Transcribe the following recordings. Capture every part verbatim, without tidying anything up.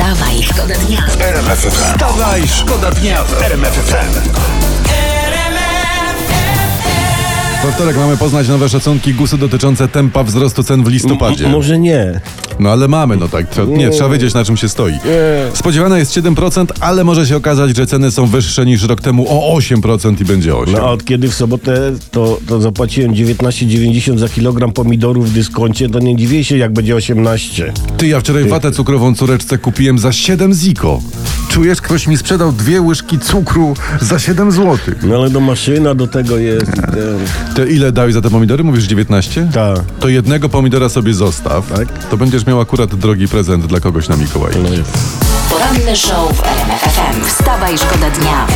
Wstawaj, szkoda dnia w R M F F M. Wstawaj, szkoda dnia w R M F F M. We wtorek mamy poznać nowe szacunki GUS-u dotyczące tempa wzrostu cen w listopadzie. M- może nie. No ale mamy, no tak. Trzeba, nie, trzeba wiedzieć, na czym się stoi. Nie. Spodziewane jest siedem procent, ale może się okazać, że ceny są wyższe niż rok temu o osiem procent i będzie osiem procent. No a od kiedy w sobotę to, to zapłaciłem dziewiętnaście dziewięćdziesiąt za kilogram pomidorów w dyskoncie, to nie dziwię się, jak będzie osiemnaście. Ty, ja wczoraj watę cukrową córeczce kupiłem za siedem ziko. Czujesz, ktoś mi sprzedał dwie łyżki cukru za siedem złotych. No ale do maszyna do tego jest. Ten... Ty ile dałeś za te pomidory? Mówisz dziewiętnaście? Tak. To jednego pomidora sobie zostaw. Tak. To będziesz miał akurat drogi prezent dla kogoś na Mikołaja. No jest. Poranny show w R M F F M. Wstawaj, szkoda dnia.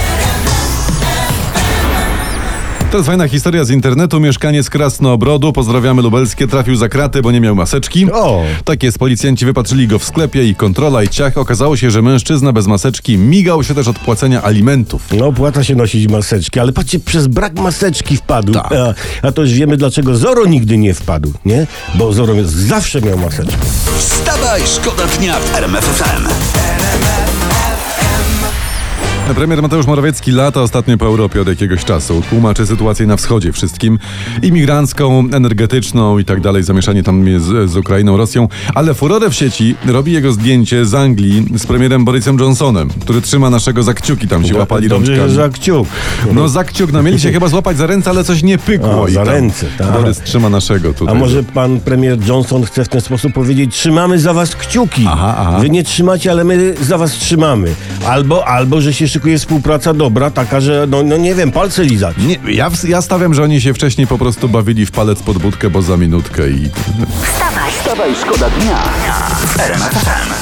To jest fajna historia z internetu. Mieszkaniec Krasnobrodu, pozdrawiamy lubelskie, trafił za kraty, bo nie miał maseczki. O! Tak jest, policjanci wypatrzyli go w sklepie i kontrola i ciach. Okazało się, że mężczyzna bez maseczki migał się też od płacenia alimentów. No opłaca się nosić maseczki, ale patrzcie, przez brak maseczki wpadł. Tak. A, a to już wiemy, dlaczego Zoro nigdy nie wpadł, nie? Bo Zoro zawsze miał maseczkę. Wstawaj, szkoda dnia w R M F F M. Premier Mateusz Morawiecki lata ostatnio po Europie od jakiegoś czasu. Tłumaczy sytuację na wschodzie wszystkim. Imigrancką, energetyczną i tak dalej. Zamieszanie tam jest z, z Ukrainą, Rosją. Ale furorę w sieci robi jego zdjęcie z Anglii z premierem Borysem Johnsonem, który trzyma naszego za kciuki. Tam się łapali Dobrze, rączkami. że za kciuk. No za kciuk. No mieli się chyba złapać za ręce, ale coś nie pykło. A, i za tam ręce, tak. Borys trzyma naszego tutaj. A może pan premier Johnson chce w ten sposób powiedzieć: trzymamy za was kciuki. Aha, aha. Wy nie trzymacie, ale my za was trzymamy. Albo, albo że się szykuje współpraca dobra, taka, że no, no nie wiem, palce lizać. Nie, ja, ja stawiam, że oni się wcześniej po prostu bawili w palec pod budkę, bo za minutkę i... Wstawaj, Wstawaj, szkoda dnia w R M F F M.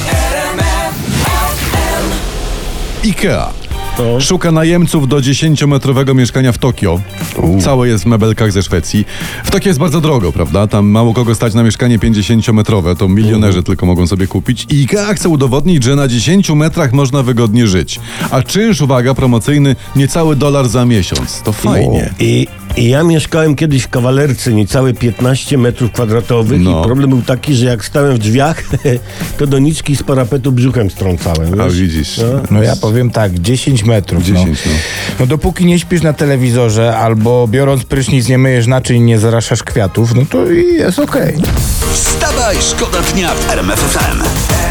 IKEA To. szuka najemców do dziesięciometrowego mieszkania w Tokio. Całe jest w mebelkach ze Szwecji. W Tokio jest bardzo drogo, prawda? Tam mało kogo stać na mieszkanie pięćdziesięciometrowe. To milionerzy tylko mogą sobie kupić. I IKEA chce udowodnić, że na dziesięciu metrach można wygodnie żyć. A czynsz, uwaga, promocyjny niecały dolar za miesiąc. To fajnie. I, I ja mieszkałem kiedyś w kawalerce, niecałe piętnaście metrów kwadratowych No. i problem był taki, że jak stałem w drzwiach, to doniczki z parapetu brzuchem strącałem. A wiesz? widzisz. No. No ja powiem tak, dziesięć metrów. dziesięć, no. no. no dopóki nie śpisz na telewizorze albo biorąc prysznic nie myjesz naczyń i nie zaraszasz kwiatów, no to i jest okej. Wstawaj, szkoda dnia w R M F F M.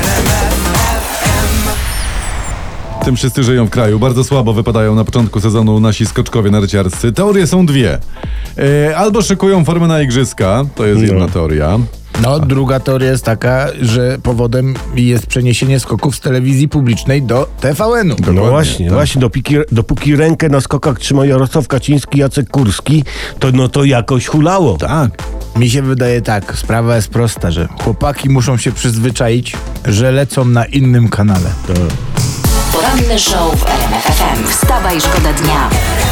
Tym wszyscy żyją w kraju. Bardzo słabo wypadają na początku sezonu nasi skoczkowie narciarscy. Teorie są dwie. E, albo szykują formę na igrzyska, to jest jedna teoria. No druga teoria jest taka, że powodem jest przeniesienie skoków z telewizji publicznej do T V N-u. No Dokładnie, właśnie, tak. właśnie dopóki, dopóki rękę na skokach trzyma Jarosław Kaczyński, Jacek Kurski, to no to jakoś hulało. Tak. Mi się wydaje tak, sprawa jest prosta, że chłopaki muszą się przyzwyczaić, że lecą na innym kanale. poranny show w R M F F M. Wstawaj, szkoda dnia.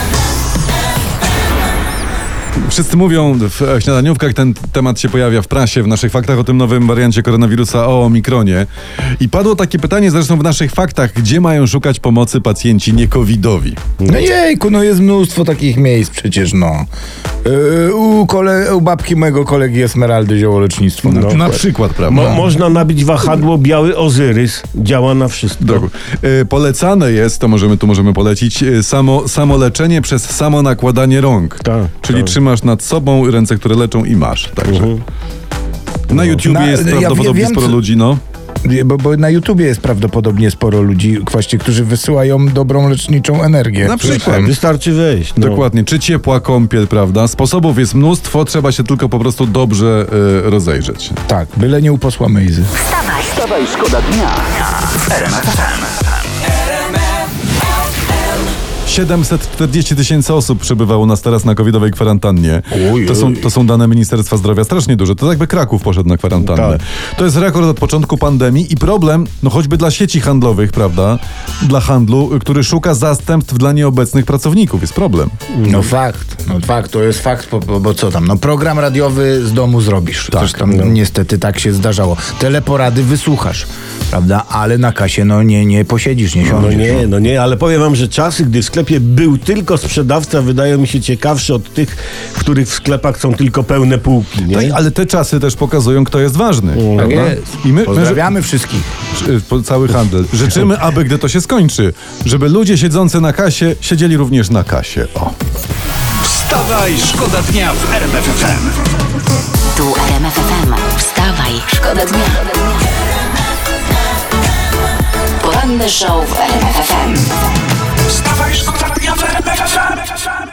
Wszyscy mówią w śniadaniówkach, ten temat się pojawia w prasie, w naszych faktach o tym nowym wariancie koronawirusa, o omikronie. I padło takie pytanie zresztą w naszych faktach, gdzie mają szukać pomocy pacjenci nie-covidowi. No jejku, no jest mnóstwo takich miejsc przecież, no. Yy, u, kole, u babki mojego kolegi Esmeraldy ziołolecznictwo. No. No. Na przykład, prawda? Mo- można nabić wahadło Biały Ozyrys, działa na wszystko. Drogu. Y, polecane jest, to możemy tu możemy polecić, y, samo, samo leczenie przez samo nakładanie rąk. Tak, Czyli tak. trzymasz nad sobą ręce, które leczą i masz. Także. Mhm. Na YouTubie Na- jest ja prawdopodobnie wiem, sporo co- ludzi, no. Bo, bo na YouTubie jest prawdopodobnie sporo ludzi, właśnie, którzy wysyłają dobrą leczniczą energię. Na przykład. Tak, wystarczy wejść. No. Dokładnie. Czy ciepła kąpiel, prawda? Sposobów jest mnóstwo, trzeba się tylko po prostu dobrze y, rozejrzeć. Tak, byle nie u posła Mejzy. Wstawaj, Wstawaj, szkoda dnia w R M F F M. siedemset czterdzieści tysięcy osób przebywało u nas teraz na covidowej kwarantannie. Ojej. To są, to są dane Ministerstwa Zdrowia, strasznie duże. To jakby Kraków poszedł na kwarantannę. Tak. To jest rekord od początku pandemii i problem, no choćby dla sieci handlowych, prawda? Dla handlu, który szuka zastępstw dla nieobecnych pracowników. Jest problem. No fakt, no fakt, to jest fakt, bo, bo, bo co tam, no program radiowy z domu zrobisz. Tak, Zresztą no. niestety tak się zdarzało. Teleporady wysłuchasz, prawda? Ale na kasie no nie, nie posiedzisz, nie No siądziesz. nie, no nie, ale powiem wam, że czasy, gdy w sklepie był tylko sprzedawca, wydają mi się ciekawszy od tych, w których w sklepach są tylko pełne półki, nie? Tak, ale te czasy też pokazują, kto jest ważny. Tak prawda? jest. I my, my Pozdrawiamy wszystkich. że- po- cały handel. Życzymy, aby gdy to się skończy, żeby ludzie siedzący na kasie siedzieli również na kasie. O. Wstawaj, szkoda dnia w R M F F M. Tu R M F F M. Wstawaj, szkoda dnia. Poranny show w R M F F M. Wstawaj, szkoda dnia w R M F F M.